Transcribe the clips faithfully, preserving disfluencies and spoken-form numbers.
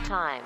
Times。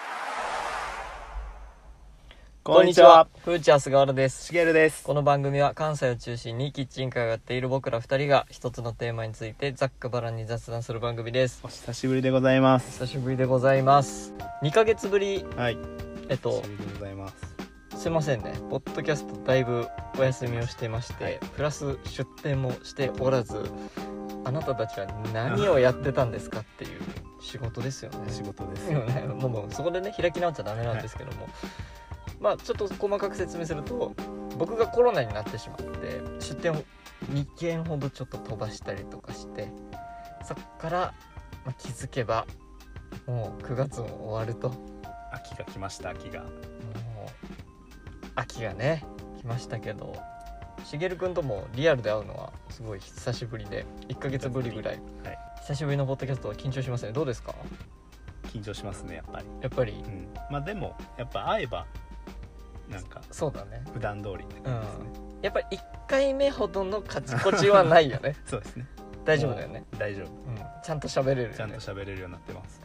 こんにちは。 フーチャー菅原です。 しげるです。 この番組は関西を中心にキッチンカーをやっている僕らふたりが一つのテーマについてざっくばらんに雑談する番組です。 お久しぶりでございます。 久しぶりでございます。にかげつぶり。 はい。 えっと久しぶりでございます。 すいませんね、ポッドキャストだいぶお休みをしてまして、 はい、 プラス出店もしておらず、あなたたちは何をやってたんですかっていう仕事ですよね。 仕事ですよね。もうもうそこでね開き直っちゃダメなんですけども、はい、まあちょっと細かく説明すると、僕がコロナになってしまって出店をにけんほどちょっと飛ばしたりとかして、そっから、まあ、気づけばもうくがつも終わると。 秋が来ました。秋がもう秋がね来ましたけど、しげるくんともリアルで会うのはすごい久しぶりでいっかげつぶりぐらい、はい、久しぶりのポッドキャストは緊張しますね。どうですか？ 緊張しますね、やっぱりやっぱり、 うん、まあでもやっぱ会えばなんかそうだね、 普段通りって感じですね、 うん、やっぱりいっかいめほどのカチコチはないよねそうですね、 大丈夫だよね。 大丈夫、うん、 ちゃんと喋れるよね。 ちゃんと喋れるようになってます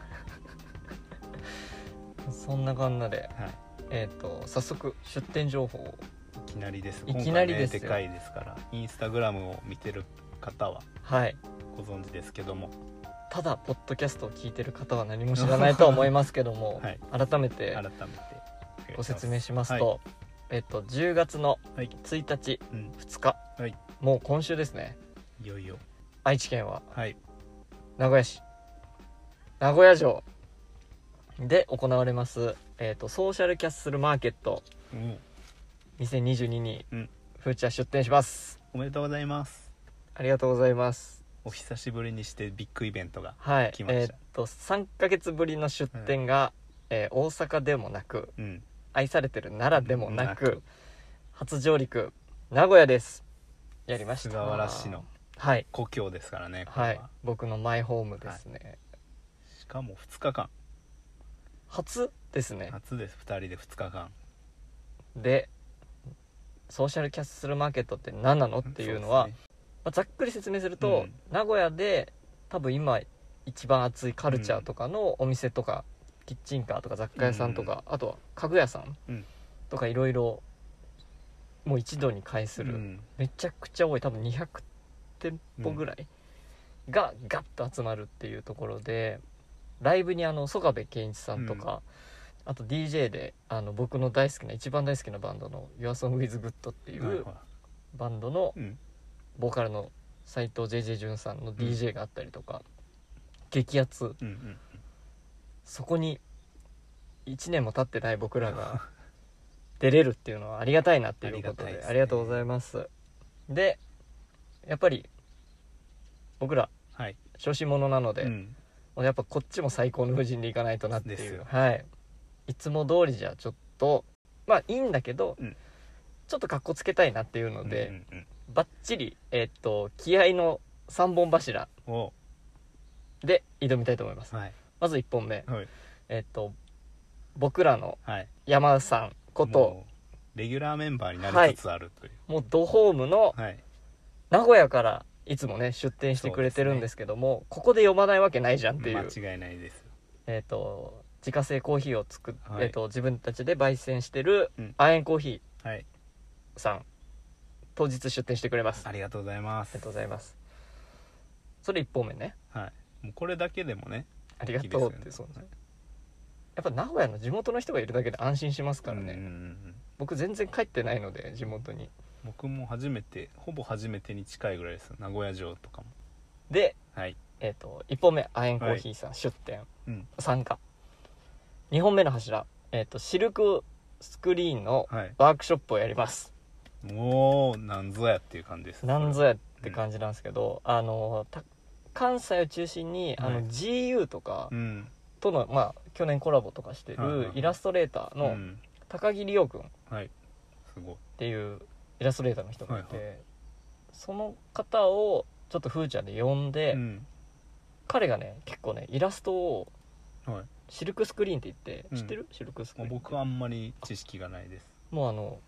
そんなこんなで、 はい、 えーと早速出店情報を。 いきなりです。 いきなりですよ。 今回ね、でかいですから、インスタグラムを見てる方はご存知ですけども、はい、 ただポッドキャストを聞いてる方は何も知らないとは思いますけども、はい、改めて改めてご説明しますと、はい、えっとじゅうがつのついたち、はい、ふつか、はい、もう今週ですね。 いよいよ愛知県は、 はい、 名古屋市名古屋城で行われます、えーとソーシャルキャッスルマーケット、うん、にせんにじゅうにに、うん、フーチャー出店します。 おめでとうございます。 ありがとうございます。 お久しぶりにしてビッグイベントが来ました。 はい、えー、っとさんかげつぶりの出店が、うん、えー、大阪でもなく、うん、愛されてる奈良でもなく、うん、初上陸名古屋です。やりました。 菅原市の故郷ですからね、 はい、はい、僕のマイホームですね、はい、 しかもふつかかん初ですね。 初です。ふたりでふつかかんで、ソーシャルキャッスルマーケットって何なのっていうのは、ね、まあ、ざっくり説明すると、うん、名古屋で多分今一番熱いカルチャーとかのお店とか、うん、キッチンカーとか雑貨屋さんとか、うん、あとは家具屋さんとかいろいろもう一度に会する、うん、めちゃくちゃ多い、多分にひゃくてんぽぐらいがガッと集まるっていうところで、ライブにあの曽我部健一さんとか、うん、あと ディージェー であの僕の大好きな一番大好きなバンドの YourSongIsGood っていうバンドのボーカルの斉藤 ジェイジェイ 潤さんの ディージェー があったりとか、うん、激アツ、うんうん、そこにいちねんも経ってない僕らが出れるっていうのはありがたいなっていうことで、ありがたいですね。ありがとうございます。でやっぱり僕ら、はい、小心者なので、うん、やっぱこっちも最高の布陣でいかないとなっていう、はい、いつも通りじゃちょっとまあいいんだけど、うん、ちょっとかっこつけたいなっていうので、うんうんうん、バッチリ、えー、っと気合のさんぼん柱で挑みたいと思います、はい、まずいっぽんめ、はい、えー、っと僕らの山田さんこと、もうレギュラーメンバーになりつつあるという、 はい、もうドホームの名古屋からいつもね出店してくれてるんですけども、ね、ここで読まないわけないじゃんっていう、 間違いないです。 えっ、ー、と自家製コーヒーを作っ、はい、えー、と自分たちで焙煎してるアーエンコーヒーさん、はい、当日出店してくれます。 ありがとうございます。 ありがとうございます。それいっぽんめね、 はい、もうこれだけでもねありがとうって、そうですね、やっぱ名古屋の地元の人がいるだけで安心しますからね、うんうんうん、僕全然帰ってないので地元に。 僕も初めて、ほぼ初めてに近いぐらいです、名古屋城とかも。 で、はい、えー、といっぽんめアーエンコーヒーさん、はい、出店、うん、参加。にほんめの柱、えー、とシルクスクリーンのワークショップをやります、 はい、おー、なんぞやっていう感じです。 なんぞやって感じなんですけど、うん、あの関西を中心に、はい、あの ジーユー とかとの、うん、まあ、去年コラボとかしてるイラストレーターの高木理央くんっていうイラストレーターの人がいて、はいはい、その方をちょっとフーチャーで呼んで、うん、彼がね結構ねイラストを、はい、シルクスクリーンって言って、うん、知ってる？シルクスクリーンって。 僕はあんまり知識がないです。 もうあの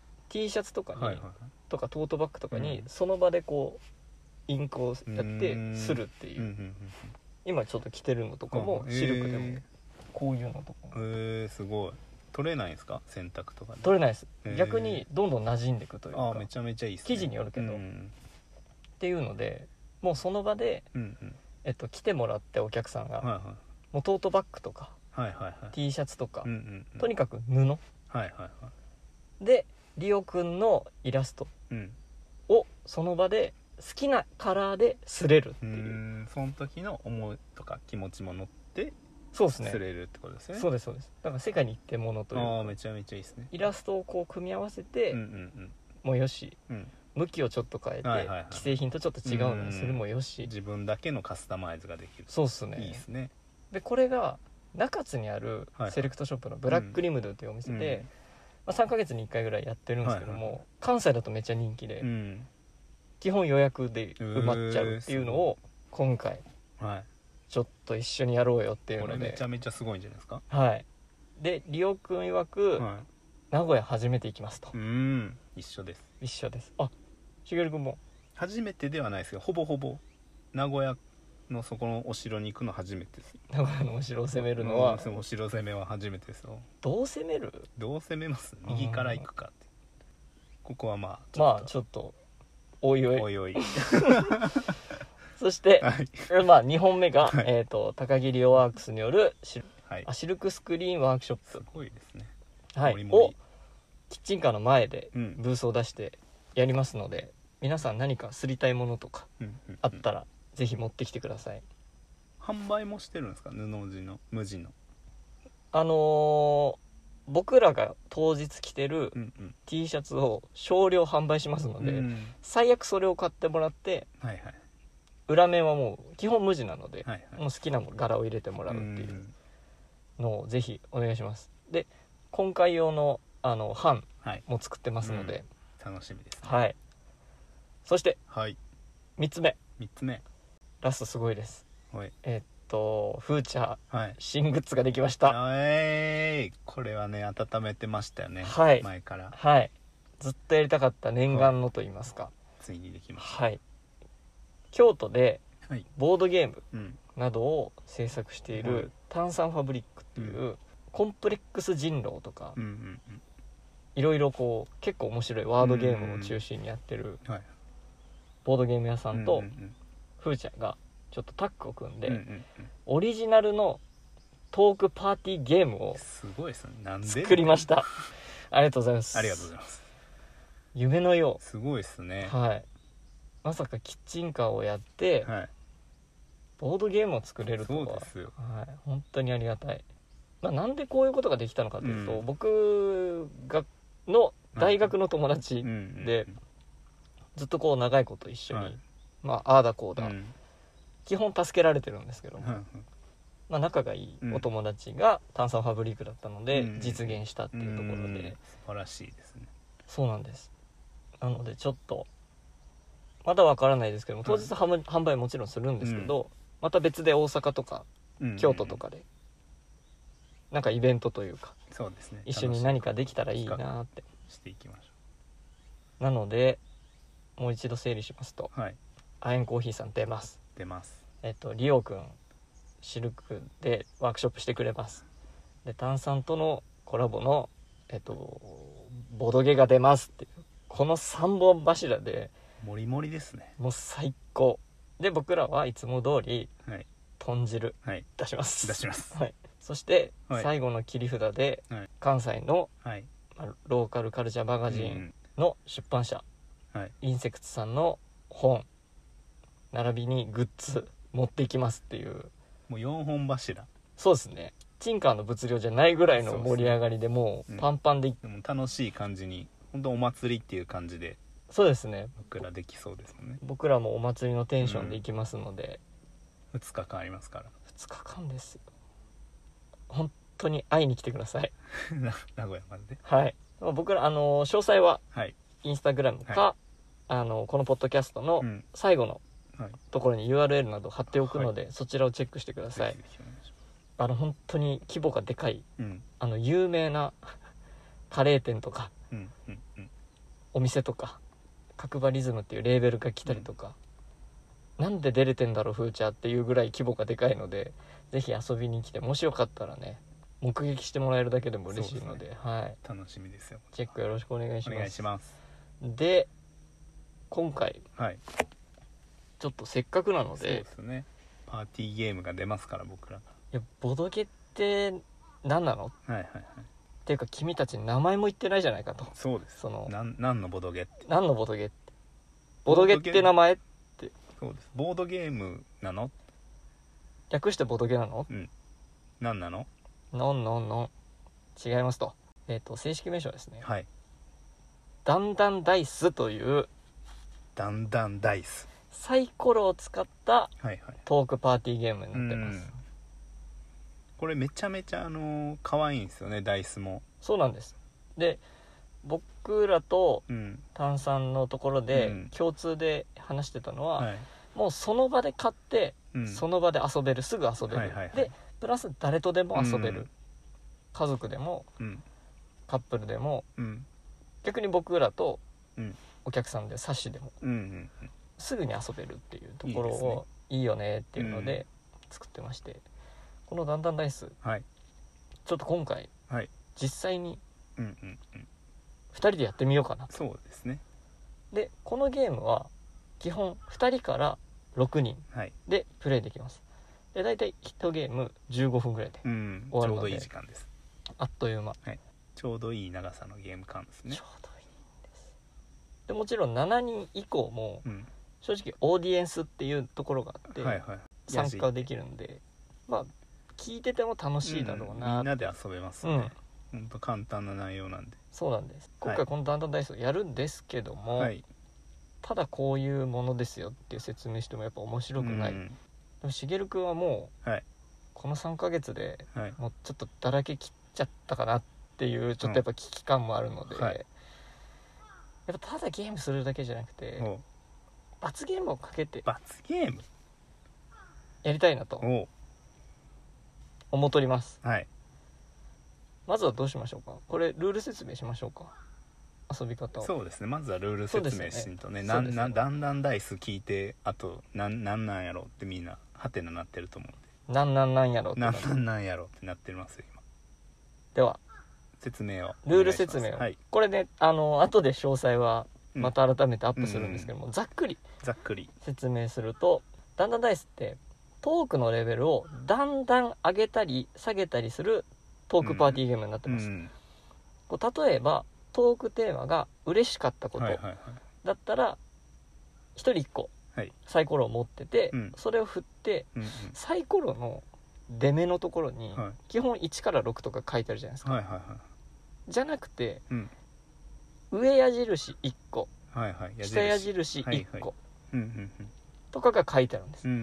T シャツとかに、はいはいはい、とかトートバッグとかに、うん、その場でこうインクをやってするっていう、うんうんうんうん、今ちょっと着てるのとかもシルクでもこういうのとかえー、すごい。取れないんですか、洗濯とかで。 取れないです、 えー逆にどんどん馴染んでいくというか。 あめちゃめちゃいいですね。 生地によるけど、 うんっていうのでもうその場で、 うんうん、 えっと、来てもらってお客さんが、 はいはいもうトートバッグとか、 はいはいはい T シャツとか、 うんうんうん、 とにかく布はいはいはいでリオくんのイラストうんをその場で好きなカラーで擦れるってうーいう。 んその時の思いとか気持ちも乗ってそうですね、 擦れるってことですね。 そうですそうです。だから世界に一点物というああか、 めちゃめちゃいいですね。 イラストをこう組み合わせてうんうんもよし、 うんうん向きをちょっと変えて、 はいはいはい既製品とちょっと違うのにするもよし、 自分だけのカスタマイズができる。 そうっすね。 いいですね。 でこれが中津にあるはいセレクトショップのブラックリムドゥというお店で、 うんまあ、さんかげつにいっかいぐらいやってるんですけども、 はいはいはい関西だとめっちゃ人気で、 うん基本予約で埋まっちゃうっていうのを今回はいちょっと一緒にやろうよっていうこれので、 めちゃめちゃすごいんじゃないですか。 はいでリオくん曰く、 は名古屋初めて行きますと、 い、うん一緒です。 一緒です。あしげるくんも初めてではないですけどほぼほぼ名古屋のそこのお城に行くの初めてです。 名古屋のお城を攻めるのは、 うん、お城攻めは初めてですよ。 どう攻める？ どう攻めます？右から行くかって。ここはまあちょっと、 まあちょっとおいおいおいおいそして、 はい、 まあにほんめが、 はいえー、と高木リオワークスによるシル,、 はい、 あシルクスクリーンワークショッすプ、 ごいですね。 はい、 もりもりをキッチンカーの前でうんブースを出してやりますので、皆さん何かすりたいものとかうんうんうんあったら、ぜひ持ってきてください。 販売もしてるんですか、布地の無地の。 あのー僕らが当日着てるうんうん T シャツを少量販売しますので、 うん最悪それを買ってもらって、 はいはい裏面はもう基本無地なので、 はいはいもう好きな柄を入れてもらうっていうのをぜひお願いします。で今回用のあの版はいも作ってますので、 楽しみですね。 はいそしてはいみっつめ、 みっつめラストすごいです。 はいえっとフーチャーはい新グッズができました。 えー、これはね温めてましたよね、 はい前から。 はいずっとやりたかった念願のと言いますか、 ついにできましはい京都でた。はいボードゲームうんなどを制作していはいる炭酸ファブリックっていう、コンプレックス人狼とか、 うんうんいろいろこう結構面白いワードゲームを中心にやってるうんはいボードゲーム屋さんと、 うんうんふーちゃんがちょっとタッグを組んで、 うんうんうんオリジナルのトークパーティーゲームをすごいですね。なんで作りましたありがとうございます。 ありがとうございます。 夢のよすごいですね。 う、はい、まさかキッチンカーをやって、 はいボードゲームを作れるとは、 そうですよ。 はい、本当にありがたい。まあ、なんでこういうことができたのかというと、 うん僕がの大学の友達うんうんでずっとこう長いこと一緒に、 はいまあああだこうだ、 うん基本助けられてるんですけども、 うんうんまあ、仲がいいお友達が炭酸ファブリックだったのでうん実現したっていうところで、 うん素晴らしいですね。 そうなんです。なのでちょっとまだわからないですけども、当日販売販売もちろんするんですけど、また別で大阪とかうん京都とかでなんかイベントというかそうですね。 一緒に何かできたらいいなって。 していきましなのでもう一度整理しますと、 ょう。はいアイエンコーヒーさん出ます。 出ます。 えっとリオくんシルクでワークショップしてくれます。で炭酸とのコラボのえっとボドゲが出ますっていう、このさんぼん柱でもりもりですね。 もう最高で、僕らはいつも通りはい豚汁はい出します出します。 はい、そして、 はい最後の切り札で、 はい関西の、 はいまあローカルカルチャーマガジうんンの出版社、 はいインセクツさんの本並びにグッズ持っていきますっていう。 もうよんほん柱。 そうですね、チンカーの物量じゃないぐらいの盛り上がりでもうパンパンでい、 でも楽しい感じに、本当お祭りっていう感じでそうですね、 僕らできそうですもんね。 僕らもお祭りのテンションで行きますので、 ふつかかんありますからふつかかんですよ。本当に会いに来てくださいな名古屋までで。 はい、まあ僕らあの詳細ははいインスタグラムか、 はあのこのポッドキャストのうん最後のはいところに ユーアールエル など貼っておくので、そちらをチェックしてください。 ぜひぜひお願いしあの本当に規模がでかい、 ます。うんあの有名なカレー店とかうんうんうんお店とか角張リズムっていうレーベルが来たりとか、 なんで出れてんだろうフーチャーっていうぐらい規模がでかいので、ぜひ遊びに来て、もしよかったらね目撃してもらえるだけでも嬉しいの で, で、ね、はい、 楽しみですよ。 チェックよろしくお願いします。 お願いします。 で今回、 はい、 ちょっとせっかくなので、 そうですね、パーティーゲームが出ますから僕らが。 いやボドゲって何なの、 はいはいはい、 っていうか君たち名前も言ってないじゃないかと。 そうです。 そのなん何のボドゲって、 何のボドゲって、ボドゲって名前って、 そうです、ボードゲームなの、 略してボドゲなの、 うん、何なの、 ノンノンノン違いますと。えっ、ー、と正式名称はですね、 はい、 ダンダンダイスというダンダンダイス、 サイコロを使ったはいはい、 トークパーティーゲームになってます。 これめちゃめちゃあの可愛いんですよね、ダイスも。 そうなんです。で僕らとうん炭酸のところでうん共通で話してたのは、 はい、 もうその場で買って、 うん、 その場で遊べる、すぐ遊べる、 はいはいはい、 でプラス誰とでも遊べる、 うん、 家族でも、 うん、 カップルでも、 うん、 逆に僕らとうんお客さんでサッシでも、 うんうんうん、 すぐに遊べるっていうところいいですね、 をいいよねっていうので作ってまして、このダンダンダイス、 はい、 ちょっと今回、 はい、 実際にうんうんうん、 ふたりでやってみようかなと。 そうですね。 でこのゲームは基本ふたりからろくにんでプレイできます。でだいたいいちゲームじゅうごふんぐらいでうん終わるので、 ちょうどいい時間です。 あっという間、 はい、ちょうどいい長さのゲーム感ですね。 ちょうどいいんです。でもちろんしちにん以降も、 うん、 正直オーディエンスっていうところがあって、 はいはい、 参加できるんで、まあ聞いてても楽しいだろうな、 うん、みんなで遊べますね、 うん、 ほんと簡単な内容なんで。 そうなんです。今回このダンダンダイスをやるんですけども、はい、ただこういうものですよっていう説明してもやっぱ面白くない、うん、でもしげるくんはもう、はい、このさんかげつでもうちょっとだらけ切っちゃったかなっていうちょっとやっぱ危機感もあるので、うんはい、やっぱただゲームするだけじゃなくて罰ゲームをかけて罰ゲームやりたいなと思っております、はい、まずはどうしましょうか。これルール説明しましょうか、遊び方を。 そうですね、まずはルール説明しんと ね, ね, な, なだんだんダイス聞いて、あとなんなんなんやろうってみんなハテナなってると思うんで、 なんなんなんやろうってなんなんなんやろうってなってますよ今。 では説明をルール説明を、はい、これねあの後で詳細はまた改めてアップするんですけども、うん、ざっくりざっくり説明すると、だんだんダイスってトークのレベルをだんだん上げたり下げたりするトークパーティーゲームになってます、うん、こう例えばトークテーマが嬉しかったことだったらひとりいっこサイコロを持ってて、はい、それを振って、うんうん、サイコロの出目のところに基本いちからろくとか書いてあるじゃないですか、はいはいはい、じゃなくて、うん、上矢印いっこ、はいはい、下矢印いっこ、はいはいうんうんうん、とかが書いてあるんです、うんうん、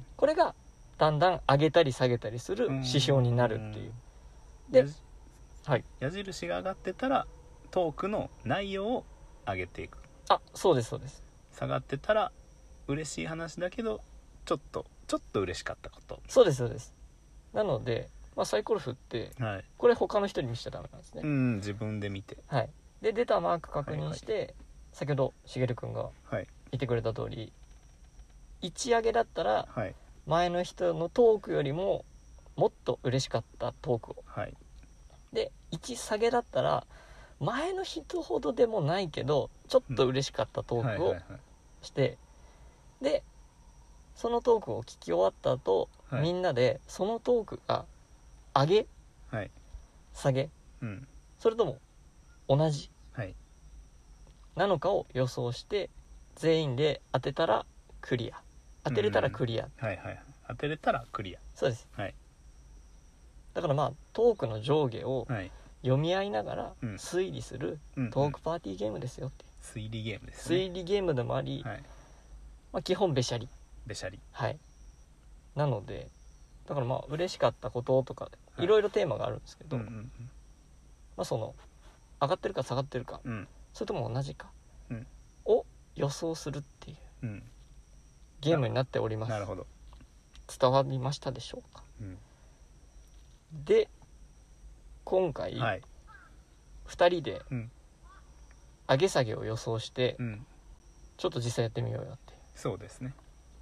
これがだんだん上げたり下げたりする指標になるっていう、で、はい、 矢印が上がってたらトークの内容を上げていく。 あ、そうですそうです。 下がってたら嬉しい話だけどちょっとちょっと嬉しかったこと。 そうですそうです。なので、まあ、サイコロ振って、はい、これ他の人に見せちゃダメなんですね。 うん、自分で見て、 はい、で出たマーク確認して、はいはい、先ほどしげるくんが言ってくれた通り、はい、いち上げだったら、はい、前の人のトークよりももっと嬉しかったトークを、はい、でいち下げだったら前の人ほどでもないけどちょっと嬉しかったトークをして、うんはいはいはい、でそのトークを聞き終わった後、はい、みんなでそのトークが上げ、はい、下げ、うん、それとも同じ、はい、なのかを予想して全員で当てたらクリア、当てれたらクリア、 うんはいはい、当てれたらクリア、 そうです、はい、だからまあトークの上下を、はい読み合いながら推理するトークパーティーゲームですよって、 うんうん、推理ゲームですね。 推理ゲームでもあり、はいまあ、基本べしゃりべしゃりはいなのでだからまあ嬉しかったこととかいろいろテーマがあるんですけど、はいうんうんうんまあ、その上がってるか下がってるか、うん、それとも同じか、うん、を予想するっていう、うん、ゲームになっております。 なるほど。 伝わりましたでしょうか、うん、で今回、はい、ふたりで上げ下げを予想して、うん、ちょっと実際やってみようよっていう。 そうですね。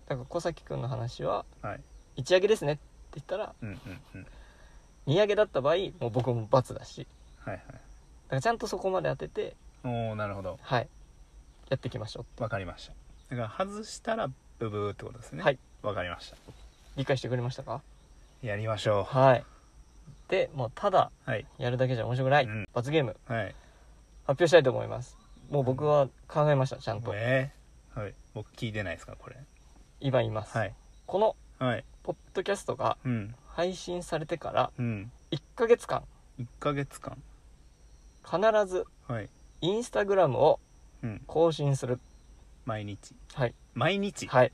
だから小崎くんの話ははいいち上げですねって言ったらうんうんうんに上げだった場合もう僕も×だし、 はいはいだからちゃんとそこまで当てて、 おおなるほどはい、やっていきましょうってわかりました。だから外したらブブーってことですね。 はいわかりました。 理解してくれましたか？ やりましょはいでもうただう。はいやるだけじゃ面白くない、 うん罰ゲームはい発表したいと思います。もう僕は考えましたちゃんと、 えー、はい僕聞いてないですかこれ。 今言います、 はいこのはいポッドキャストがうん配信されてからうんいっかげつかんいっかげつかん必ずはいインスタグラムをうん更新する。 毎日はい毎日はい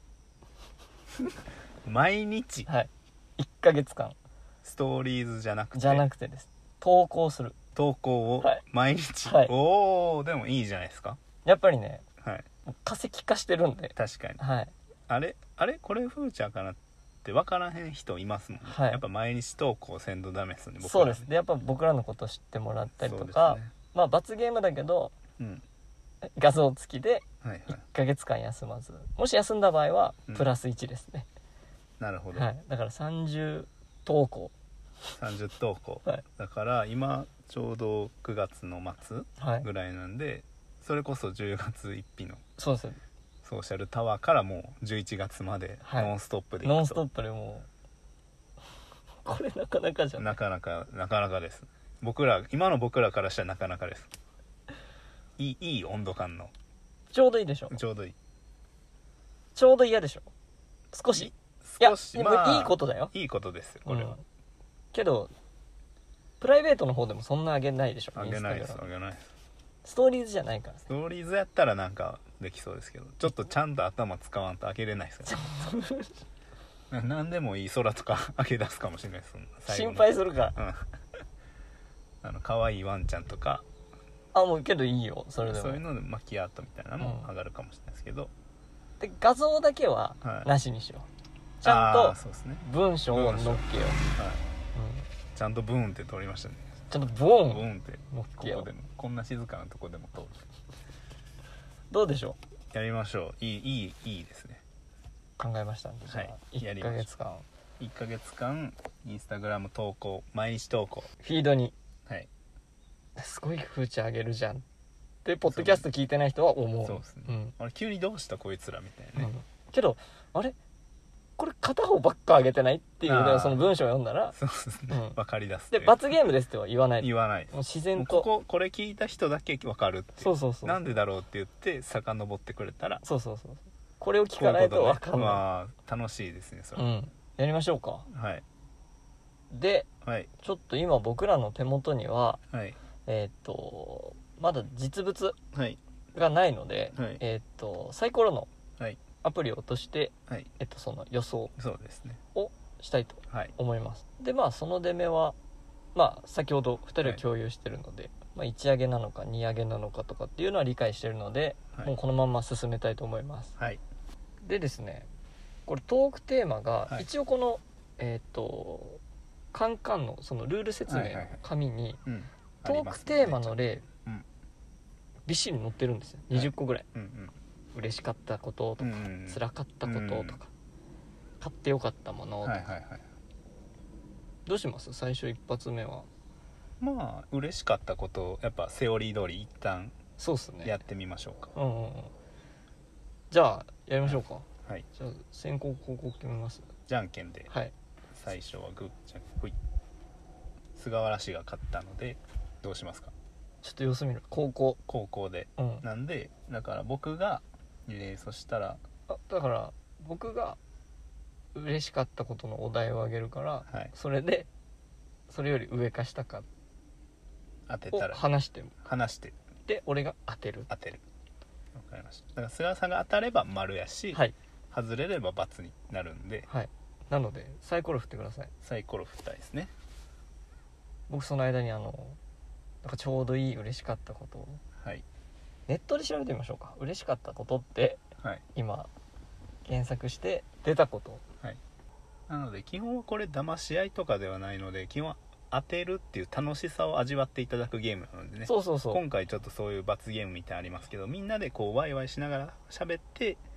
毎日はいいっかげつかんストーリーズじゃなくてじゃなくてです投稿する。 投稿をはい毎日、 はいおおでもいいじゃないですか。 やっぱりねはい化石化してるんで、 確かにはいあれあれこれフーチャーかなって分からへん人いますもんね、 はいやっぱ毎日投稿せんとダメですね僕らそうですでやっぱ僕らのこと知ってもらったりとか、 そうですねまあ罰ゲームだけどうん画像付きではいはいいっかげつかん休まず、もし休んだ場合はうんプラスいちですね、 なるほど、 はいだからさんじゅう投稿、 さんじゅう投稿、 はいだから今ちょうどくがつの末はいぐらいなんでそれこそじゅうがつついたちのそうですソーシャルタワーからもうじゅういちがつまではいノンストップでいくと、 ノンストップでもうこれなかなかじゃないなかなかなかなかです僕ら今の僕らからしたらなかなかですいいいい温度感のちょうどいいでしょちょうどいいちょうど嫌でしょ少しいや少しでもまあいいことだよいいことですよこれは、 うんけどプライベートの方でもそんな上げないでしょ。 あげないですインスタグラムあげないですストーリーズじゃないからねストーリーズやったらなんかできそうですけどちょっとちゃんと頭使わんと開けれないですよな何でもいい空とか開け出すかもしれないですそんな最後心の配するからうんあの可愛いワンちゃんとかあもうけどいいよそれでもそういうのでマキアートみたいなのも上がるかもしれないですけど、 で画像だけははいなしにしよう、ちゃんあとーそうですね、 文章を載っけよう、 はい、 うん、 ちゃんとブーンって通りましたねちゃんとボーンブーンって載っけようここでもこんな静かなとこでも通るどうでしょやりましょういいいいいいですねう考えましたんでじゃあ、 はいや 1 りましょうヶ月間いっかげつかんインスタグラム投稿毎日投稿フィードにはいすごい風値上げるじゃんってポッドキャスト聞いてない人は思うそうですね、 うんあれ急にどうしたこいつらみたいなね、 うんけどあれこれ片方ばっか上げてないっていうのあーでその文章を読んだらそうですね、 うん分かり出すで罰ゲームですっては言わない言わないもう自も然とうこここれ聞いた人だけ分かるっていうそうそうそうなんでだろうって言って遡ってくれたらそうそうそうこれを聞かないと分かんない、 まあ楽しいですねそれ、 うんやりましょうか。 はいではいちょっと今僕らの手元にははいえっ、とまだ実物はいがないので、 はいえっ、とサイコロのはいアプリを落として、 はいえっとその予想そうですねをしたいとはい思います。でまあその出目はまあ先ほどふたりは共有してるので、まあ、いち上げなのかに上げなのかとかっていうのは理解してるので、 はいもうこのまま進めたいと思います。 はいでですねこれトークテーマが、 はい一応このえっ、とカンカンのそのルール説明の紙にうんトークテーマの例、 うんびっしり載ってるんですよはいにじゅっこぐらい、 うんうん嬉しかったこととか、 うんうん辛かったこととか、 うん買ってよかったものとか、 はいはいはいどうします最初一発目は。 まあ嬉しかったことをやっぱセオリー通り一旦そうっすねやってみましょうか、 うんうんうんじゃあやりましょうか、 はいじゃあ先攻後攻決めます。 じゃんけんではい最初はグーじゃんほい菅原氏が勝ったのでどうしますかちょっと様子見る後攻高校でうんなんでだから僕が、えーそしたらあだから僕が嬉しかったことのお題をあげるから、 はいそれでそれより上か下かを当てたら話して話してで俺が当てる。 当てるわかりましただから菅原さんが当たれば丸やし、 はい外れれば×になるんではいなのでサイコロ振ってください。 サイコロ振ったいですね僕その間にあのなんかちょうどいい嬉しかったことをはいネットで調べてみましょうか。嬉しかったことってはい今検索して出たことなので基本はこれ騙し合いとかではないので基本は当てるっていう楽しさを味わっていただくゲームなのでねそうそうそう今回ちょっとそういう罰ゲームみたいなのありますけどみんなでこうワイワイしながら喋って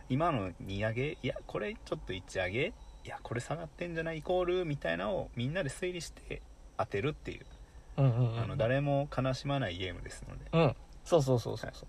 今のに上げ、いやこれちょっといち上げ、いやこれ下がってんじゃないイコールみたいなのをみんなで推理して当てるっていう、 うんうんうん、 あの誰も悲しまないゲームですので、 うん、そうそうそうそうそう、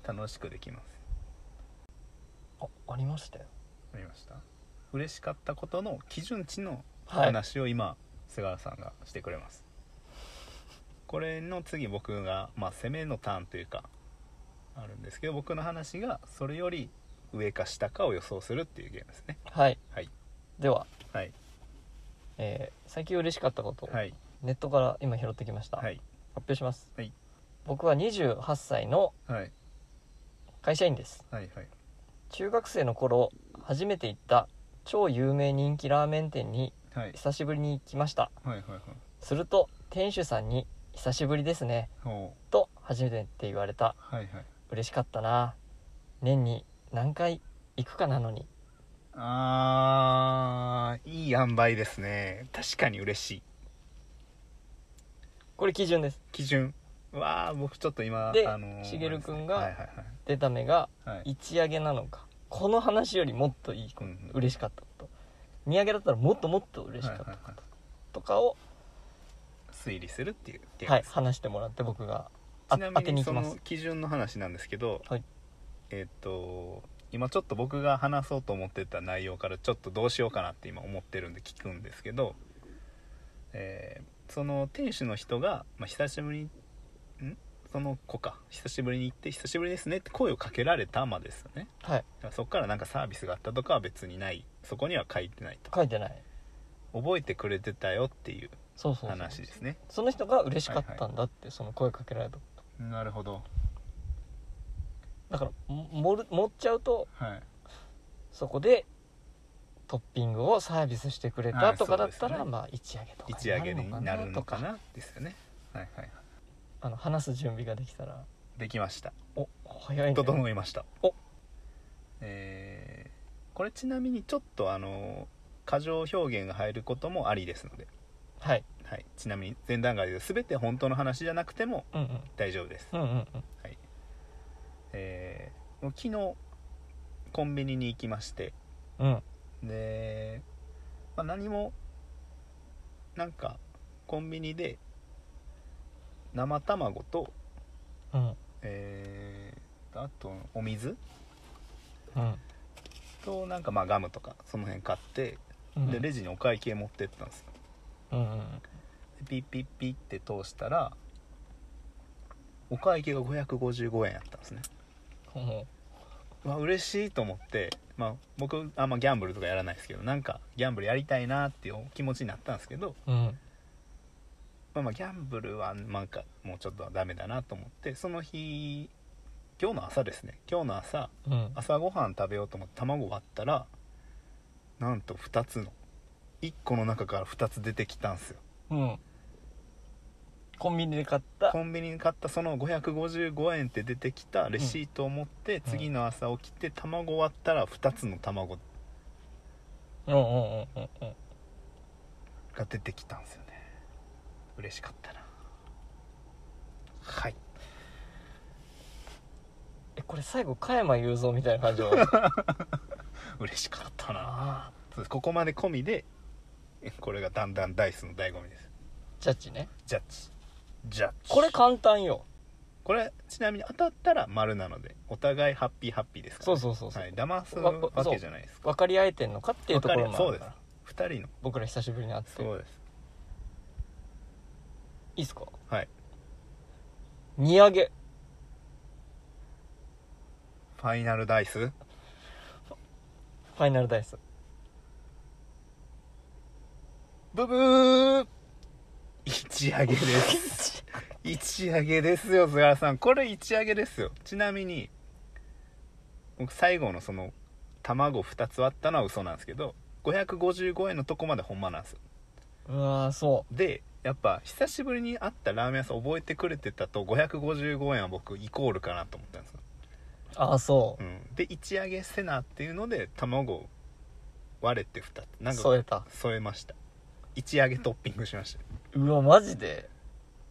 はい、楽しくできます。 あ、ありましたよ。 ありました。嬉しかったことの基準値のはい、 話を今菅原さんがしてくれます。これの次僕が、まあ、攻めのターンというかあるんですけど、僕の話がそれより上か下かを予想するっていうゲームですね。 はい、 はい、 では、 はいえー、最近嬉しかったことをはいネットから今拾ってきました、 はい発表します、 はい僕はにじゅうはっさいのはい会社員です。 はいはい中学生の頃初めて行った超有名人気ラーメン店にはい久しぶりに行きました。 はいはいはい。 すると店主さんに久しぶりですねほう。 と初めてって言われた。 はいはい。 嬉しかったな。年に何回行くかなのに。 あー、いい塩梅ですね。確かに嬉しい。 これ基準です。 基準。わあ、僕ちょっと今であのー、 しげるくんがはいはいはい出た目がはい一上げなのか、この話よりもっといいこと、 うんうん嬉しかったこと、二上げだったらもっともっと嬉しかったこはいはいはいととかを、 推理するっていうゲームはい、 です。 話してもらって僕があちな当みにそのてに行きます。 基準の話なんですけど、 はい、 えっと今ちょっと僕が話そうと思ってた内容からちょっとどうしようかなって今思ってるんで聞くんですけど、えーその店主の人が、まあ、久しぶりにんその子か久しぶりに行って久しぶりですねって声をかけられたまでですよね。 はい、 だからそこからなんかサービスがあったとかは別にない、そこには書いてないと、 書いてない。 覚えてくれてたよっていうそうそうそう、 話ですね。 その人が嬉しかったんだって、その声かけられたこと。 なるほど。 だからも盛る盛っちゃうとはいそこでトッピングをサービスしてくれたとかだったら、 はいそうですねまあ一上げとか一上げになるとかのかなですよね。はいはいはい。 あの話す準備ができたら。 できました。 お、早いね。 整いました。 お、 えーこれちなみにちょっとあの過剰表現が入ることもありですので、 はい、 はい、ちなみに前段階で全て本当の話じゃなくてもうんうん大丈夫です。 うんうんうん、 はい、えー昨日コンビニに行きまして、 うん、 で、まあ、何もなんかコンビニで生卵と、 うんえー、あとお水うんとなんかまあガムとかその辺買って、 うんでレジにお会計持ってったんですよ。 うんうんでピッピッピッって通したらお会計がごひゃくごじゅうごえんやったんですね。 うんまあ嬉しいと思って、まあ、僕あんまギャンブルとかやらないですけど、なんかギャンブルやりたいなっていう気持ちになったんですけど、 うんまあ、まあギャンブルはなんかもうちょっとダメだなと思って、その日今日の朝ですね、今日の朝うん朝ごはん食べようと思って卵割ったらなんとふたつのいっこの中からふたつ出てきたんですよ。 うんコンビニで買ったコンビニに買ったそのごひゃくごじゅうごえんって出てきたレシートを持って、 うん次の朝起きて卵割ったらふたつの卵うんうんうんうんうんが出てきたんですよね。嬉しかったな。はい。 え、これ最後加山雄三みたいな感じの嬉しかったな。 あそうです。ここまで込みでこれがだんだんダイスの醍醐味です。 ジャッジね。 ジャッジジャッジこれ簡単よ。 これちなみに当たったら丸なのでお互いハッピーハッピーですから、ね、 そうそうそうそう、 はい、騙すわけじゃないですか。 分かり合えてんのかっていうところもあるから。 そうです。ふたりの僕ら久しぶりに会ってそうです。 いいっすか。 はい。 に上げファイナルダイスファイナルダイスブブー一上げです一上げですよ菅原さん、これ一上げですよ。ちなみに僕最後のその卵ふたつ割ったのは嘘なんですけどごひゃくごじゅうごえんのとこまでほんまなんですよ。 うわー、そでやっぱ久しぶりに会ったラーメン屋さん覚えてくれてたとごひゃくごじゅうごえんは僕イコールかなと思ったんですよ。 う。ああ、そうう、ん、で一上げせなっていうので卵割れてふたつなんか添えた。 添えました。一上げトッピングしました。 うわマジで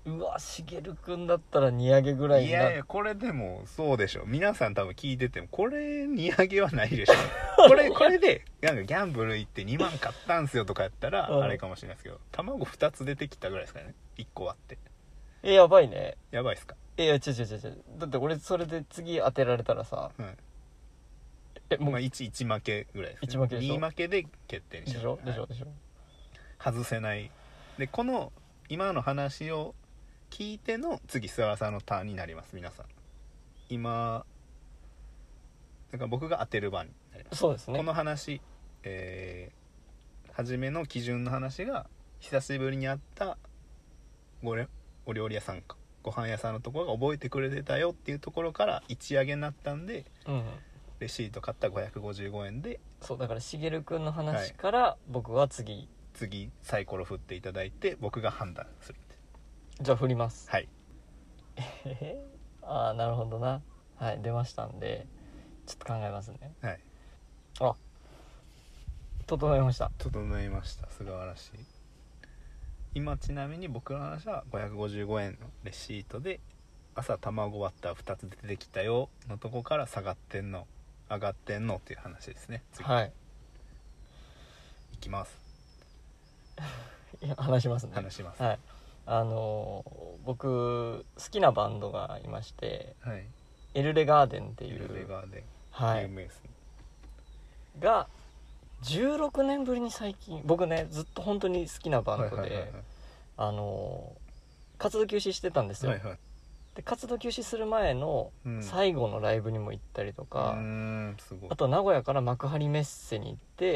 うわしげるくんだったら荷上げぐらいいになやいやこれでもそうでしょ。皆さん多分聞いててもこれ荷上げはないでしょ。これこれでなんかギャンブル行ってにまん買ったんすよとかやったらうんあれかもしれないですけど、卵ふたつ出てきたぐらいですからね。いっこ割ってえやばいね。 やばいっすか。 いや違う違う違う、だって俺それで次当てられたらさ、 はいえもうまあ、いち, いち負けぐらいです、ね、 いち負けでしょに負けで決定にしでたしょでしょでしょ。 外せないで、この今の話を聞いての次菅原さんのターンになります。皆さん今だから僕が当てる番になります。 そうですね。 この話、えー、初めの基準の話が久しぶりに会ったごれお料理屋さんかご飯屋さんのところが覚えてくれてたよっていうところから一上げになったんで、 うん、 レシート買ったごひゃくごじゅうごえんでそうだからしげるくんの話から僕は次、 次サイコロ振っていただいて僕が判断するんで。 じゃあ振ります。 はいえああなるほどな。はい出ましたんでちょっと考えますね。 はいあ整いました。 整いました。菅原氏今ちなみに僕の話はごひゃくごじゅうごえんのレシートで朝卵割ったふたつ出てきたよのとこから下がってんの上がってんのっていう話ですね。次、 はい、 いきます。 いや話しますね。 話します。 はい、あのー、僕好きなバンドがいましてはい、 エルレガーデンっていエうルレガーデン、 はい、 有名ですね。 がじゅうろくねんぶりに最近僕ねずっと本当に好きなバンドで、 はいはいはいはい、 あのー、活動休止してたんですよ、 はいはい、 で活動休止する前の最後のライブにも行ったりとか、 うん、うーんすごい。 あと名古屋から幕張メッセに行って、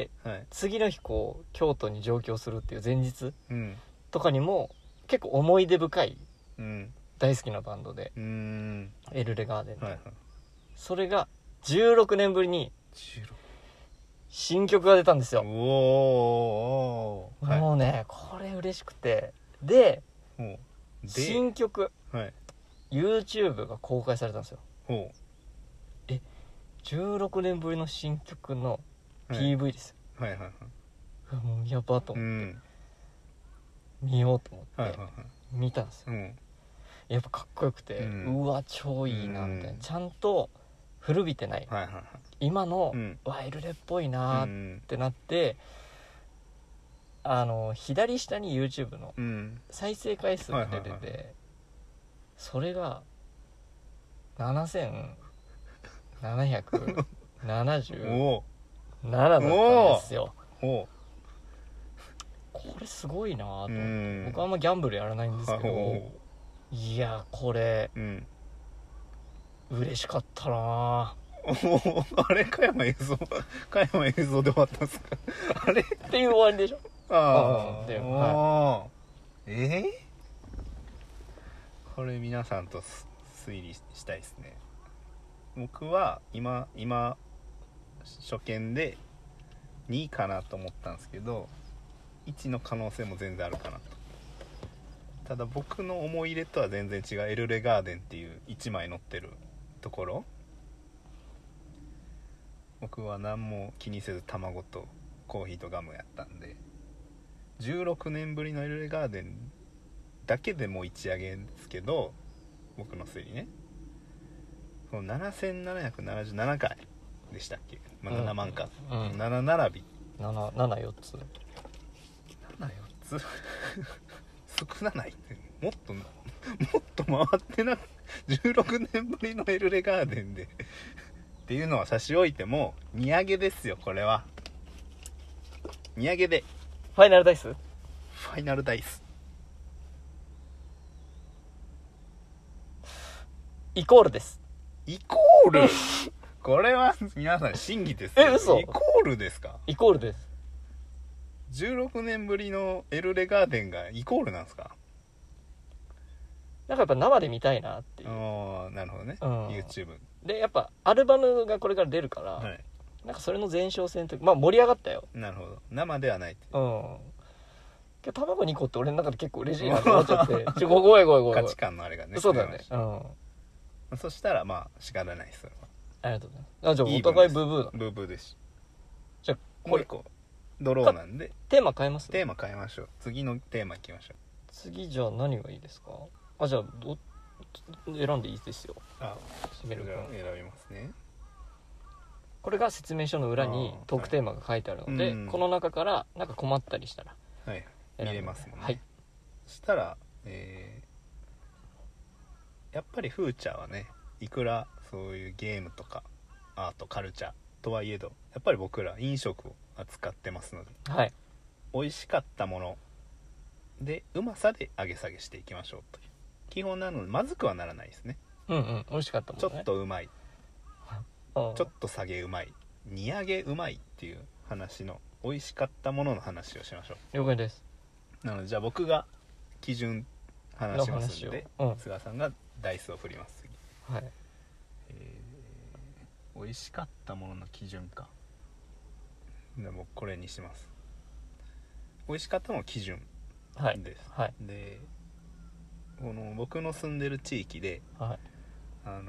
はい、 次の日こう京都に上京するっていう前日うんとかにも結構思い出深いうん大好きなバンドで、 うーんエルレガーデンって、 はいはい、 それがじゅうろくねんぶりにじゅうろく新曲が出たんですよ。 おーおー、はい、 もうねこれ嬉しくて、でおで新曲はい、 YouTube が公開されたんですよ。 おじゅうろくねんぶりの新曲のはいピーブイ ですよ、 はいはいはい、 うわもうやばとう思って、 ん見ようと思って、 はいはいはい、 見たんですよ。 うんやっぱかっこよくて、 ううんわ超いいなみたいな、 うんちゃんと古びてない、 はいはいはい、 今の、 うんワイルレっぽいなーっうんてなって、あの左下に YouTube のうん再生回数が出てて、 はいはいはいそれがななせんななひゃくななじゅうおななだったんですよ。 おおこれすごいなと思って、 うん僕はあんまギャンブルやらないんですけど、 おいやこれうん嬉しかったなおあれ加山映像加山映像で終わったんですかあれっていう終わりでしょ。 ああであえー、これ皆さんと推理したいですね。僕は今今初見でにいかなと思ったんですけどいちの可能性も全然あるかなと。ただ僕の思い入れとは全然違うエルレガーデンっていういちまい載ってるところ、僕は何も気にせず卵とコーヒーとガムやったんで、じゅうろくねんぶりのエルレガーデンだけでもう一上げですけど、僕の推理ね、このななせんななひゃくななじゅうななかいでしたっけ、まあ、ななまんか、 うんうん、 なな並びなな、ななよっつななよっつ少なないってもっともっと回ってなじゅうろくねんぶりのエルレガーデンでっていうのは差し置いても荷上げですよ。これは荷上げでファイナルダイスファイナルダイスイコールです。 イコールこれは皆さん審議ですよ。 え嘘イコールですか。 イコールです。 じゅうろくねんぶりのエルレガーデンがイコールなんですか。 なんかやっぱ生で見たいなっていう。 ああなるほどね、 うん、 YouTube でやっぱアルバムがこれから出るから、 はい、 なんかそれの前哨戦というかまあ盛り上がったよ。 なるほど、生ではないって。 うんけど卵にこって俺の中で結構嬉しいなと思っちゃってちょごめんごめんごめん価値観のあれがね。 そうだね。うん。 そしたらまあ仕方ないですよ。 ありがとうございます。あじゃあお互いブーブーだ。 ブーブーです。 じゃあもう一個ドローなんでテーマ変えます。 テーマ変えましょう。次のテーマいきましょう。 次じゃあ何がいいですか？あ、じゃあど選んでいいですよ。 あ、 しめる君選びますね。 これが説明書の裏にトークテーマが書いてあるので、 はい、 この中からなんか困ったりしたら、 はい、見れますもんね。 はい。 そしたら、えー、やっぱりフーチャーはね、いくらそういうゲームとかアートカルチャーとはいえど、やっぱり僕ら飲食を扱ってますので、 はい、 美味しかったものでうまさで上げ下げしていきましょうという基本なので、まずくはならないですね。 うんうん、美味しかったもんね。 ちょっとうまい、 ちょちょっと下げうまい、煮上げうまいっていう話の、美味しかったものの話をしましょう。 了解です。 なのでじゃあ僕が基準話しますので、 うん、 菅さんがダイスを振ります。次、 はい。 えー、美味しかったものの基準か。でもこれにします。美味しかったもの基準はいです、 はい、 でこの僕の住んでる地域で、 はい、 あのー、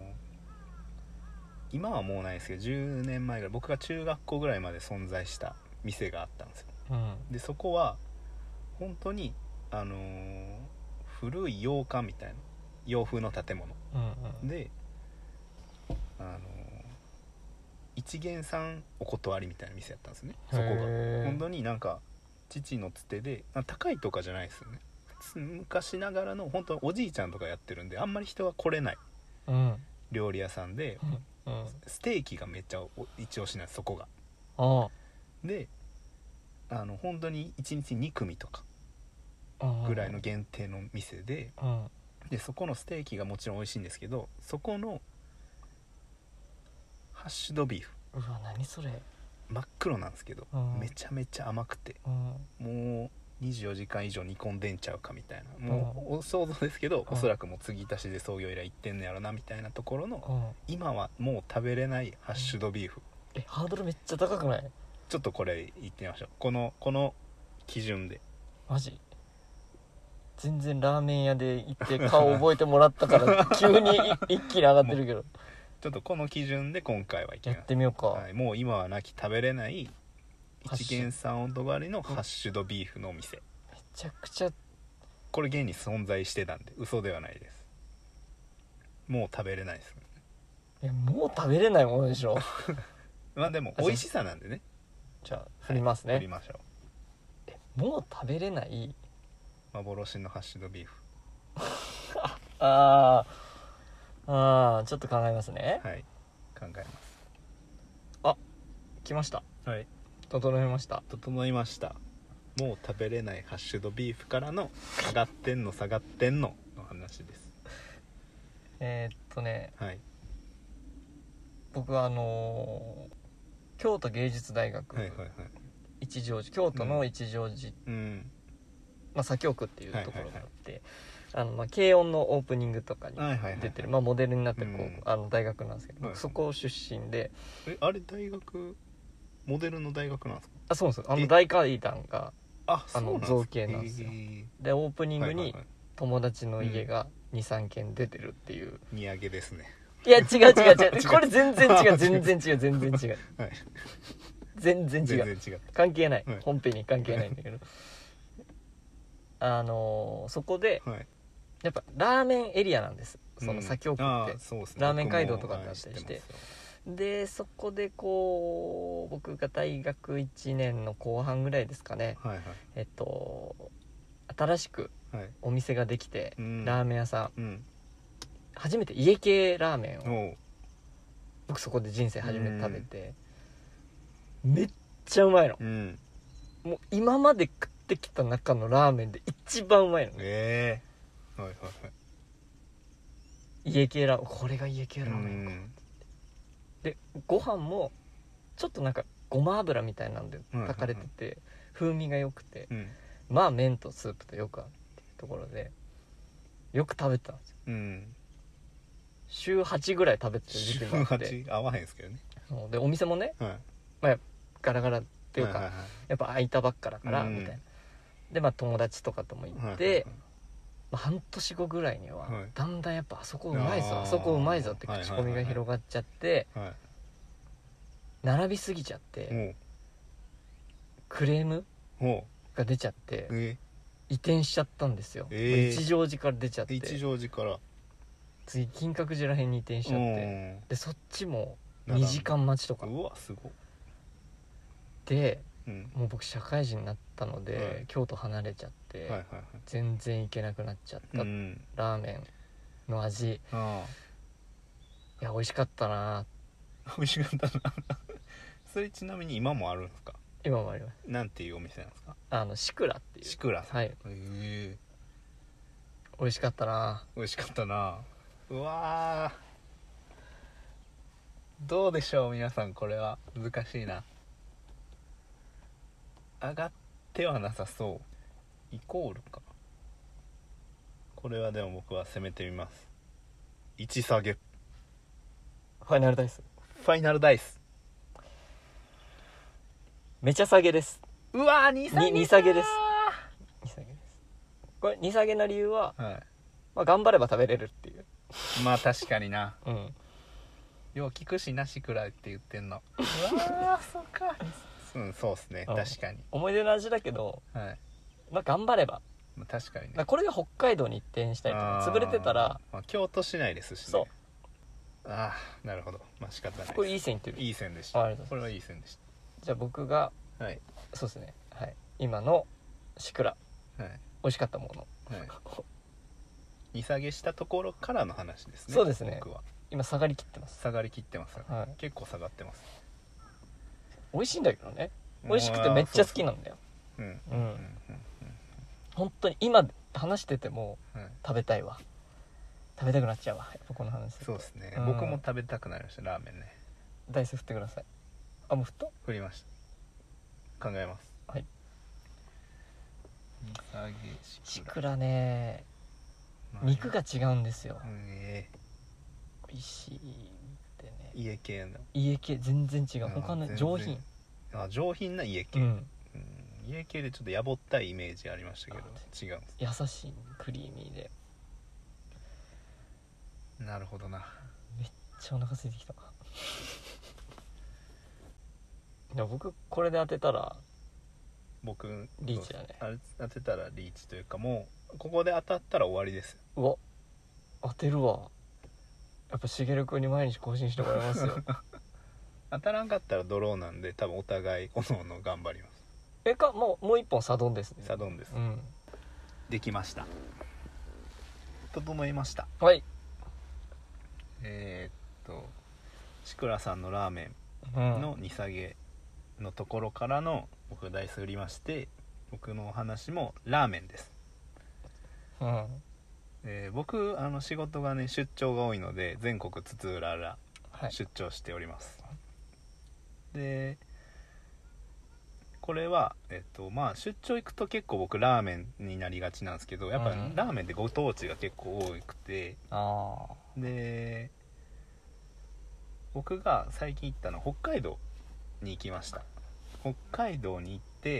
今はもうないですけどじゅうねんまえぐらい、僕が中学校ぐらいまで存在した店があったんですよ。 うん、 でそこは本当に、あのー、古い洋館みたいな洋風の建物、 うんうん、 で、あのー、一元さんお断りみたいな店やったんですね。そこが本当になんか父のつてで、高いとかじゃないですよね。昔ながらの本当おじいちゃんとかやってるんで、あんまり人が来れない料理屋さんで、 うんうん、 ステーキがめっちゃ一押しなんです、そこが。 あで、あの本当にいちにちに組とかぐらいの限定の店で、 うん、 でそこのステーキがもちろん美味しいんですけど、そこのハッシュドビーフ、 うわ何それ、 真っ黒なんですけど、 うん、 めちゃめちゃ甘くて、 うん、 もうにじゅうよじかん以上煮込んでんちゃうかみたいな、もうお想像ですけど、 うん、 おそらくもう継ぎ足しで創業以来いってんのやろなみたいなところの、 うん、 今はもう食べれないハッシュドビーフ、 えハードルめっちゃ高くない？ ちょっとこれ言ってみましょう。このこの基準で。 マジ全然ラーメン屋で行って顔覚えてもらったから急に一気に上がってるけどちょっとこの基準で今回はいきます。 やってみようか、 はい、もう今はなき食べれない一元さんお断りのハッシュドビーフのお店、 めちゃくちゃこれ現に存在してたんで嘘ではないです。もう食べれないです。 えもう食べれないものでしょまあでも美味しさなんでね。 じゃあ振りますね、 はい、振りましょう。 えもう食べれない幻のハッシュドビーフあーあーちょっと考えますね。 はい考えます。 あ来ました。 はい整えました。 整いました。もう食べれないハッシュドビーフからの上がってんの下がってんのの話です。 えー、っとねはい僕はあのー京都芸術大学、 はいはいはい一乗寺京都の一乗寺、 うんまあ、左京区っていうところがあって、 はいあのまあ軽音のオープニングとかにはいはいはいはい出てる、まあ、モデルになってるこう、 うんあの大学なんですけど、 はいはいそこ出身で、 えあれ大学モデルの大学なんですか？ あそうなんですよ、あえの大階段がああの造形なんですよ。でオープニングに友達の家が にさんけん出てるっていう、 荷上げですね。 いや違う違う違うこれ全然違う全然違う全然違うはい全然違う全然違った関係ない、 はい本編に関係ないんだけどあのーそこではいやっぱラーメンエリアなんです、その左京区って、 あーそうですね、 ラーメン街道とかってあ僕もったりして、 はい知ってでそこでこう僕が大学いちねんの後半ぐらいですかね、 ますよはいえっと新しくはいはいお店ができて、 うんラーメン屋さんうん初めて家系ラーメンをおう僕そこで人生初めて食べて、めっちゃうまいの、 うんもう今まで食ってきた中のラーメンで一番うまいの、 ええー、はいはいはい家系ラーメン、これが家系ラーメンか、 うんでご飯もちょっとなんかごま油みたいなんで炊かれてて、風味が良くて、 うんまあ麺とスープとよくあるっていうところでよく食べてたんですよ。 うん週はちぐらい食べてた時期があって、 週はち合わへんですけどね。 そうでお店もね、 はいまあ、ガラガラっていうか、 はいはいはいやっぱ開いたばっかだからうんみたいな、でまあ友達とかとも行って、 はいはいはいまあ、半年後ぐらいには、 はいだんだんやっぱあそこうまいぞあーあそこうまいぞって口コミが広がっちゃって、 はい並びすぎちゃってもクレームうもが出ちゃってうえ移転しちゃったんですよ、 えー一乗寺から出ちゃって一乗寺から次金閣寺らへんに移転しちゃってでそっちもにじかん待ちとかうわすごい、 でうんもう僕社会人になったので、 はい京都離れちゃって、 はいはいはい全然行けなくなっちゃった、 うんラーメンの味あいや美味しかったな。 あ美味しかったなそれちなみに今もあるんですか？ 今もあります。 なんていうお店なんですか？ あのシクラっていうシクラさん、 はいへえ美味しかったな。 美味しかったな。うわーどうでしょう皆さん、これは難しいな。上がってはなさそう。イコールか。これはでも僕は攻めてみます。いち下げ。 ファイナルダイスファイナルダイス。 めちゃ下げです。 うわーに下げにに下げですに下げです。これに下げの理由は、 はまあ、頑張れば食べれるっていう。 い。まあ確かにな。 うんよう聞くしなしくらいって言ってんの。うわーそうか。うんそうっすね、 うん確かに。 思い出の味だけど、 はい。 まあ、頑張れば、 まあ確かにね。 まあこれが北海道に移転したりとかあー潰れてたら、 まあ、京都市内ですしね。 そうああなるほど、まあ仕方ないです。 これいい線いってる。 いい線でした。 あありがとうございます。 これはいい線でしじゃあ僕がた。はいそうですね、はい、今のシクラはい美味しかったもの、 はい。荷下げしたところからの話ですね。 そうですね僕は今下がりきってます。 下がりきってます、 はい結構下がってます。 美味しいんだけどね。美味しくてめっちゃ好きなんだよ。 うんううんん本当に今話しててもうんはい。 食べたいわ。食べたくなっちゃうわやっぱこの話すると。 そうですね、 うん僕も食べたくなりましたラーメンね。 ダイス振ってください。あもう振った。 振りました考えます。 はい。 荷下げシシクラクラね肉が違うんですよ。 うんえ美味しいってね。 ー家系の家系全然違う。 あ他の全然上品。 あ上品な家系、 うんうん家系でちょっとやぼったいイメージありましたけど違うんです。 優しいクリーミーでなるほどな。 めっちゃお腹空いてきた。いや僕これで当てたら僕リーチだね。 あれ当てたらリーチというか、もうここで当たったら終わりですよ。 うわ当てるわ。やっぱしげるくんに毎日更新してもらいますよ当たらんかったらドローなんで、多分お互いおのおの頑張ります。 えかもうもう一本サドンですね。 サドンです、 うんできました。整いました。 はい。 えー、っとシクラさんのラーメうんンの荷下げのところからの僕ダイス振りまして、僕のお話もラーメンです。 うんえー僕あの仕事がね出張が多いので全国津々浦々 はい出張しております、でこれは、えっとまあ、出張行くと結構僕ラーメンになりがちなんですけど、やっぱうんラーメンってご当地が結構多くて、 あで僕が最近行ったのは北海道に行きました。北海道に行って、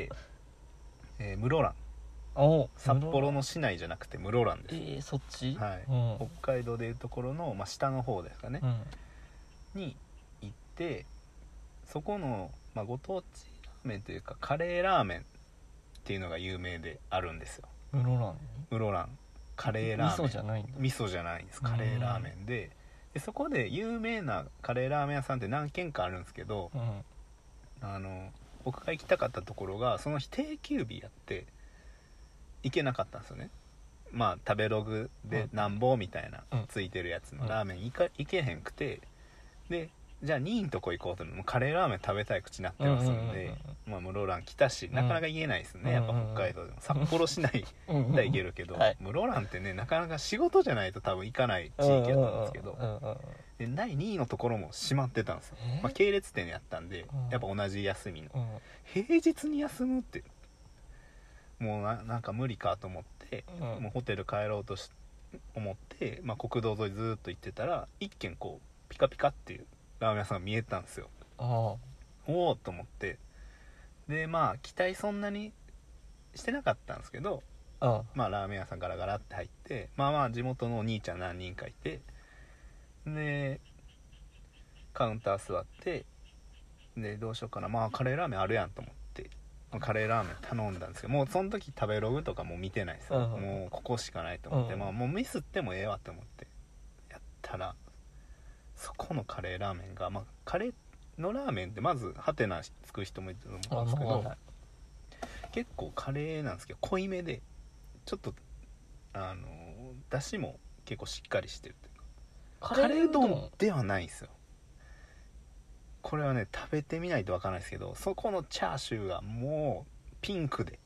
えー室蘭、 あお札幌の市内じゃなくて室蘭です、 えー、そっちはいうん北海道でいうところの、まあ、下の方ですかね、 うんに行って、そこの、まあ、ご当地ラーメンというかカレーラーメンっていうのが有名であるんですよ。 室蘭室蘭カレーラーメン、 味噌じゃないんだ。 味噌じゃないんです、カレーラーメンで、でそこで有名なカレーラーメン屋さんって何軒かあるんですけど、 うんあの僕が行きたかったところがその日定休日やって行けなかったんですよね。まあ食べログでなんぼみたいなうんついてるやつのうんラーメン行か行けへんくて、でじゃあにいんとこ行こうと、もうカレーラーメン食べたい口になってますんで、まあ室蘭来たしなかなか言えないですね、やっぱ北海道でも札幌市内うんだ行けるけど、 はい室蘭ってねなかなか仕事じゃないと多分行かない地域やったんですけど、 うんうんうんうんでだいにいのところも閉まってたんですよ、 えーまあ、系列店やったんでうんやっぱ同じ休みの、 うん平日に休むってもう な, なんか無理かと思って、 うんもうホテル帰ろうとし思って、まあ、国道沿いずっと行ってたら一軒こうピカピカっていうラーメン屋さんが見えたんですよ。 あおおと思って、でまあ期待そんなにしてなかったんですけど、 あまあラーメン屋さんガラガラって入って、まあまあ地元のお兄ちゃん何人かいて、でカウンター座って、でどうしようかな、まあカレーラーメンあるやんと思ってカレーラーメン頼んだんですけど、もうその時食べログとかも見てないですよ、 うん、 もうここしかないと思って、 うん、 まあもうミスってもええわと思ってやったら、そこのカレーラーメンが、まあカレーのラーメンってまずハテナつく人もいると思うんですけど、結構カレーなんですけど濃いめで、ちょっとあの出汁も結構しっかりしてるというか、カレーうどんではないんですよ。これはね食べてみないとわからないですけど、そこのチャーシューがもうピンク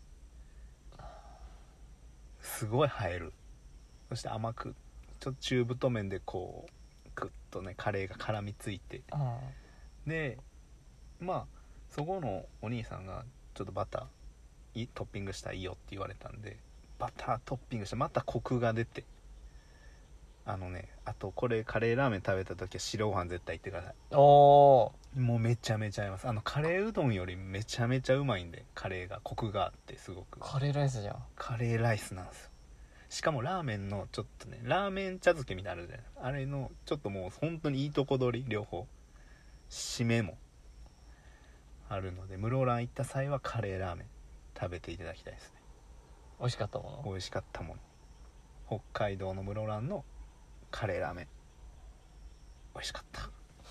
ですごい映える。そして甘くちょっと中太麺でこうグッとねカレーが絡みついて、でまあそこのお兄さんがちょっとバタートッピングしたらいいよって言われたんで、バタートッピングしてまたコクが出て、あのね、あとこれカレーラーメン食べた時は白ご飯絶対いってください。 おーもうめちゃめちゃ合います。あのカレーうどんよりめちゃめちゃうまいんで、カレーがコクがあってすごくカレーライスじゃん。 カレーライスなんですよ。しかもラーメンのちょっとね、ラーメン茶漬けみたいなのあるじゃない、あれのちょっともう本当にいいとこ取り、両方締めもあるので、室蘭行った際はカレーラーメン食べていただきたいですね。 美味しかったもの美味しかったもの、北海道の室蘭のカレーラーメン美味しかった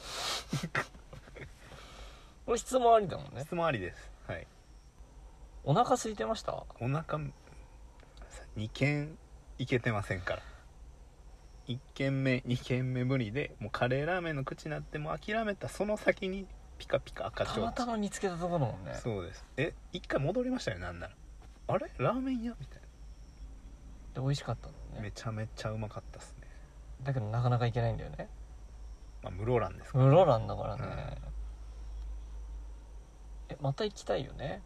これ質問ありだもんね。 質問ありです。はい。 お腹空いてました？ お腹に軒行けてませんから。いっ軒目に軒目無理で、もうカレーラーメンの口になってもう諦めたその先にピカピカ赤ちょうちん、 たまたま見つけたところだもんね。 そうです。え一回戻りましたよ、なんなら。あれラーメン屋みたいで美味しかったんだな、 ね。 めちゃめちゃうまかったっすね。 だけどなかなか行けないんだよね。 まあ室蘭ですから、 室蘭だからね、 うん、 えまた行きたいよね。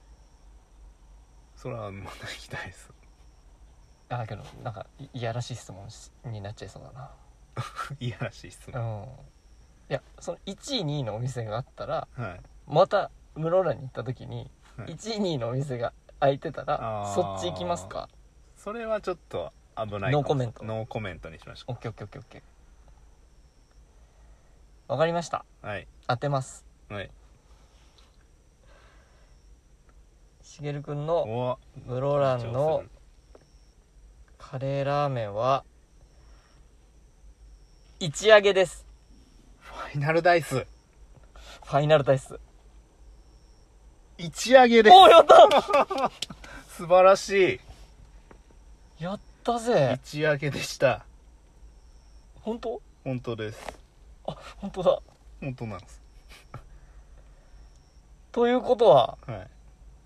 それはまた行きたいです。 あだけどなんかいやらしい質問になっちゃいそうだな。 いやらしい質う問。 ん。いやそのいちいにいのお店があったら、 はい。 また室蘭に行った時に、 はい、 いちいにいのお店が空いてたらそっち行きますか？ それはちょっと危ないかも。 ノーコメント。 ノーコメントにしましょオッケーオッケーオッケーオッケー。わかりました。 う。はい。 当てます。 はい。 しげるくんのお室蘭のカレーラーメンは一揚げです。 ファイナルダイス。 ファイナルダイス。 一揚げです。 おーやった素晴らしい。やったぜ。 い。一揚げでした。 本当？ 本当です。 あ、本当だ。 本当なんです。 ということは、 はい。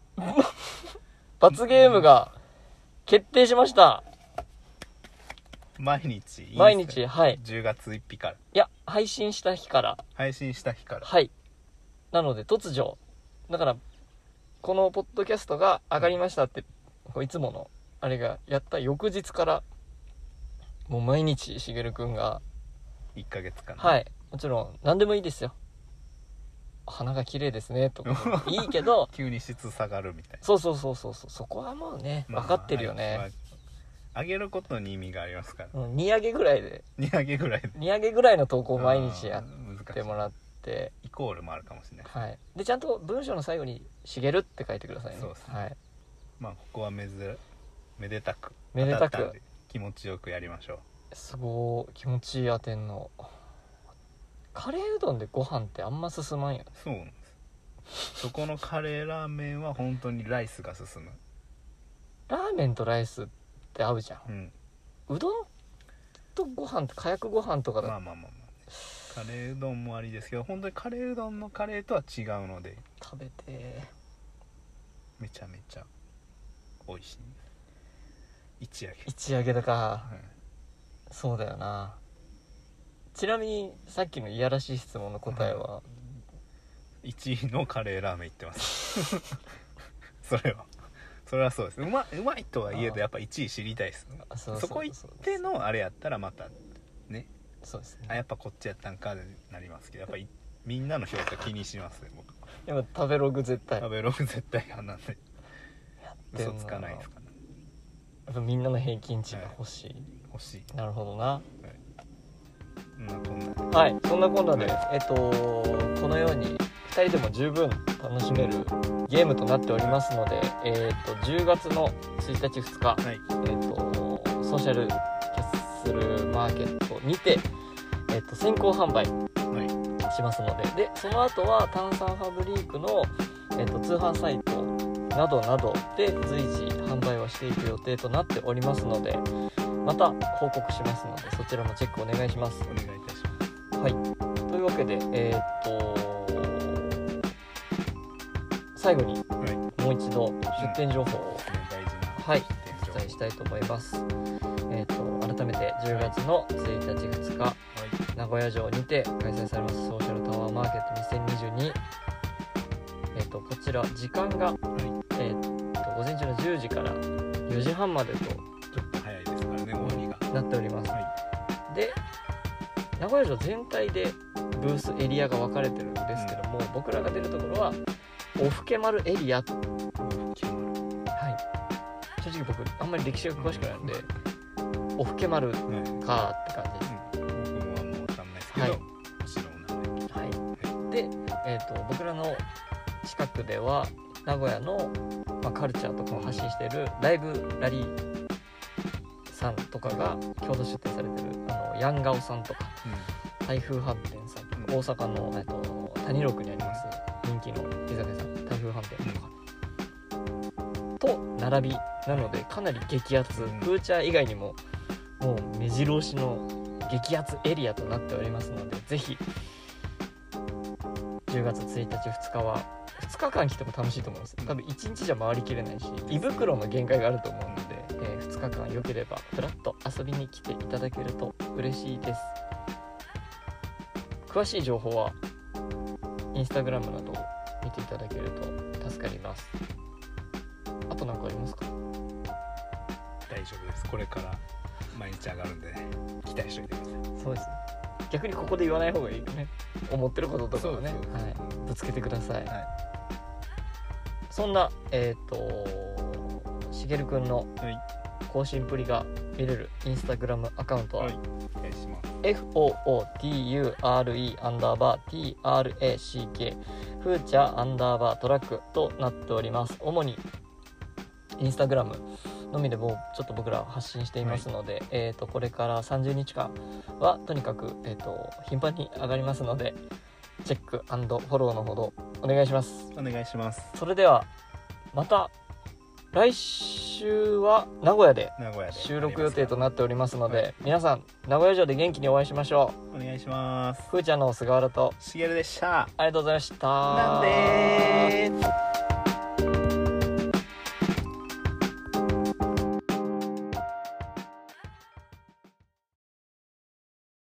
罰ゲームが決定しました。 毎日いい毎日、はい。 じゅうがつついたちから。 いや、配信した日から。 配信した日から。 はい。なので、突如、だから、このポッドキャストが上がりましたって、こういつもの、あれがやった翌日から、もう毎日、しげるくんが、 いっかげつかん、ね、 はい。もちろん、何でもいいですよ。花が綺麗ですね、とか。いいけど、 急に質下がるみたいな。 そうそうそうそう、そこはもうね、 まあ、 分かってるよね。 まあ上げることに意味がありますから、 うん、に揚げぐらいでに揚げぐらいでに揚げぐらいの投稿を毎日やってもらって、 イコールもあるかもしれない、 はい、でちゃんと文章の最後に「しげる」って書いてくださいね。 そうですね、 はい、 まあここはめずめでたくめでたく当たったんで気持ちよくやりましょう。 すごい気持ちいい当てんの。カレーうどんでご飯ってあんま進まんよね。 そうなんですそこのカレーラーメンは本当にライスが進む。 ラーメンとライスって合うじゃん、 うんうどんとご飯ってかやくご飯とかだ、 まあまあまあまあ、ね、カレーうどんもありですけど、本当にカレーうどんのカレーとは違うので食べてめちゃめちゃ美味しい。一揚げ一揚げだか、 はい、 そうだよな。ちなみにさっきのいやらしい質問の答えは、 いちいのカレーラーメンいってますそれはそれはそうです。うまうまいとはいえどやっぱいちい知りたいです。 あそうそうそうそこ行ってのあれやったらまたね、 そうですね、 あやっぱこっちやったんかでなりますけど、やっぱりみんなの評価気にしますね僕。 でも食べログ絶対食べログ絶対嫌なんでやってんな。 嘘つかないですから、ね、 やっぱみんなの平均値が欲しい、 はい、欲しい。 なるほどな。 はい、そんなこんなはい、そんなこんなで、 はい、 えっとこのようにふたりでも十分楽しめるゲームとなっておりますので、えー、とじゅうがつのついたちふつか、 はいえー、とソーシャルキャッスルマーケットにて、えー、と先行販売はいしますので、でその後は炭酸ファブリークの、えー、と通販サイトなどなどで随時販売をしていく予定となっておりますので、また報告しますのでそちらもチェックお願いします。 お願いいたします。 はい、というわけで、えー、っと最後にはいもう一度出店情報を、 大事なはい出店お伝えしたいと思います。えー、っと改めてじゅうがつのついたちふつか、 はい名古屋城にて開催されますソーシャルタワーマーケットにせんにじゅうに、えー、っとこちら時間が、 はいえー、っと午前中のじゅうじからよじはんまでとちょっと早いですからね、終わりが。 なっております。 はで名古屋城全体でブースエリアが分かれてるんですけども、僕らが出るところはおふけ丸エリア、はい、正直僕あんまり歴史が詳しくないのでおふけ丸はいかって感じです。 僕もあんま分かんないですけど、 はいお城の名前。 はい、で、えー、と僕らの近くでは名古屋の、まあ、カルチャーとかを発信しているライブラリーさんとかが共同出店されてるあのヤンガオさんとか台風飯店さんとか、 うん大阪の、えっと、谷六にあります人気の居酒屋さん台風飯店とか、と並びなのでかなり激アツ、 うんフーチャー以外にももう目白押しの激アツエリアとなっておりますので、ぜひじゅうがつついたちふつかはふつかかん来ても楽しいと思います。多分いちにちじゃ回りきれないし胃袋の限界があると思うので、えー、ふつかかん良ければふらっと遊びに来ていただけると嬉しいです。詳しい情報はインスタグラムなどを見ていただけると助かります。あと何かありますか？ 大丈夫です。これから毎日上がるんでね、期待しておいてください。 そうです。逆にここで言わない方がいいよね。思ってることとかをね、 そうそうそうはい、ぶつけてください。 はいそんなえっ、としげるくんのはい更新プリが見れるインスタグラムアカウントは、 はいお願いします。 エフオーオーティーユーアールイー アンダーバー ティーアールエーシーケー フーチャーアンダーバートラックとなっております。主にインスタグラムのみでもちょっと僕ら発信していますので、はい、えー、とこれからさんじゅうにちかんはとにかく、えー、と頻繁に上がりますのでチェック&フォローのほどお願いします。 お願いします。 それではまた来週は名古屋で名古屋で収録予定となっておりますので、 はい、 皆さん名古屋城で元気にお会いしましょう。お願いします。 ふーちゃんの菅原としげるでした。 ありがとうございました。 なんでー